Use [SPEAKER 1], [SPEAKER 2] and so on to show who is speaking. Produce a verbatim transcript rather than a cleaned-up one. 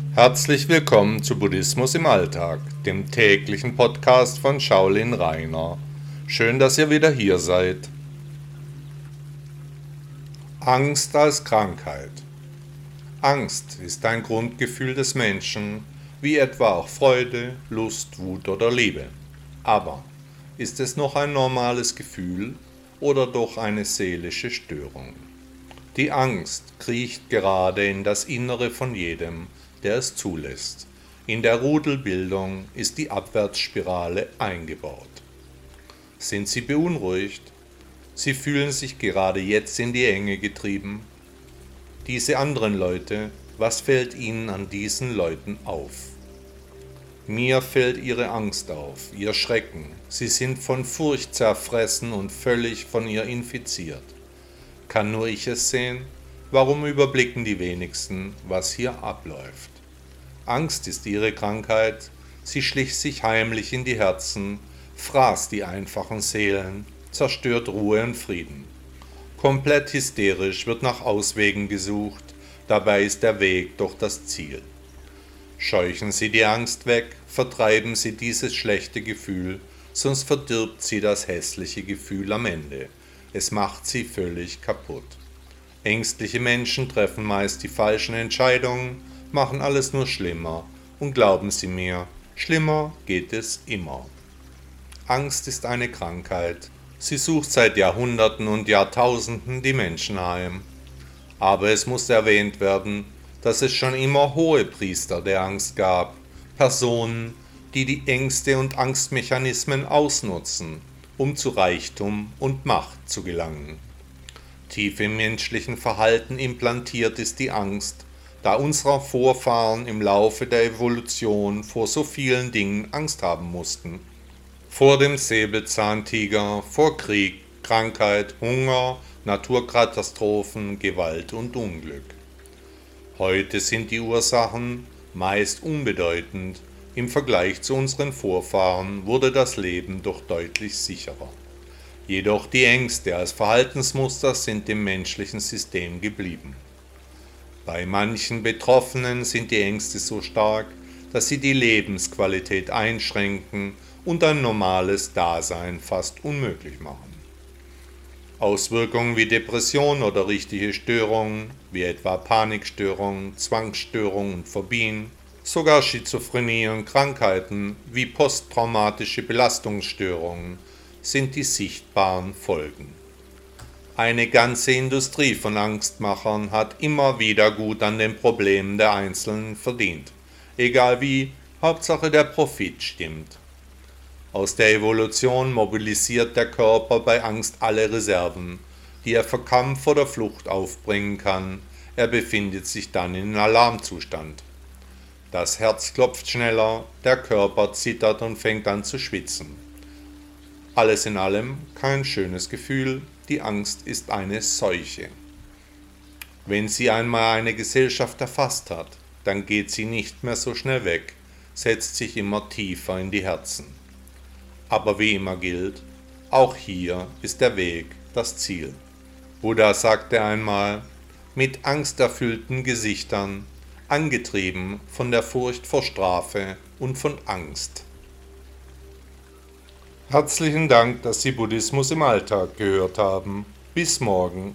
[SPEAKER 1] Herzlich willkommen zu Buddhismus im Alltag, dem täglichen Podcast von Shaolin Rainer. Schön, dass ihr wieder hier seid. Angst als Krankheit. Angst ist ein Grundgefühl des Menschen, wie etwa auch Freude, Lust, Wut oder Liebe. Aber ist es noch ein normales Gefühl oder doch eine seelische Störung? Die Angst kriecht gerade in das Innere von jedem, der es zulässt. In der Rudelbildung ist die Abwärtsspirale eingebaut. Sind Sie beunruhigt? Sie fühlen sich gerade jetzt in die Enge getrieben? Diese anderen Leute, was fällt Ihnen an diesen Leuten auf? Mir fällt Ihre Angst auf, Ihr Schrecken. Sie sind von Furcht zerfressen und völlig von ihr infiziert. Kann nur ich es sehen? Warum überblicken die wenigsten, was hier abläuft? Angst ist ihre Krankheit, sie schlich sich heimlich in die Herzen, fraß die einfachen Seelen, zerstört Ruhe und Frieden. Komplett hysterisch wird nach Auswegen gesucht, dabei ist der Weg doch das Ziel. Scheuchen Sie die Angst weg, vertreiben Sie dieses schlechte Gefühl, sonst verdirbt sie das hässliche Gefühl am Ende. Es macht sie völlig kaputt. Ängstliche Menschen treffen meist die falschen Entscheidungen, machen alles nur schlimmer. Und glauben Sie mir, schlimmer geht es immer. Angst ist eine Krankheit. Sie sucht seit Jahrhunderten und Jahrtausenden die Menschen heim. Aber es muss erwähnt werden, dass es schon immer Hohepriester der Angst gab, Personen, die die Ängste und Angstmechanismen ausnutzen, um zu Reichtum und Macht zu gelangen. Tief im menschlichen Verhalten implantiert ist die Angst, da unsere Vorfahren im Laufe der Evolution vor so vielen Dingen Angst haben mussten. Vor dem Säbelzahntiger, vor Krieg, Krankheit, Hunger, Naturkatastrophen, Gewalt und Unglück. Heute sind die Ursachen meist unbedeutend. Im Vergleich zu unseren Vorfahren wurde das Leben doch deutlich sicherer. Jedoch die Ängste als Verhaltensmuster sind im menschlichen System geblieben. Bei manchen Betroffenen sind die Ängste so stark, dass sie die Lebensqualität einschränken und ein normales Dasein fast unmöglich machen. Auswirkungen wie Depression oder richtige Störungen, wie etwa Panikstörungen, Zwangsstörungen und Phobien, sogar Schizophrenie und Krankheiten wie posttraumatische Belastungsstörungen sind die sichtbaren Folgen. Eine ganze Industrie von Angstmachern hat immer wieder gut an den Problemen der Einzelnen verdient. Egal wie, Hauptsache der Profit stimmt. Aus der Evolution mobilisiert der Körper bei Angst alle Reserven, die er für Kampf oder Flucht aufbringen kann. Er befindet sich dann in Alarmzustand. Das Herz klopft schneller, der Körper zittert und fängt an zu schwitzen. Alles in allem kein schönes Gefühl, die Angst ist eine Seuche. Wenn sie einmal eine Gesellschaft erfasst hat, dann geht sie nicht mehr so schnell weg, setzt sich immer tiefer in die Herzen. Aber wie immer gilt, auch hier ist der Weg das Ziel. Buddha sagte einmal, mit angsterfüllten Gesichtern, angetrieben von der Furcht vor Strafe und von Angst. Herzlichen Dank, dass Sie Buddhismus im Alltag gehört haben. Bis morgen.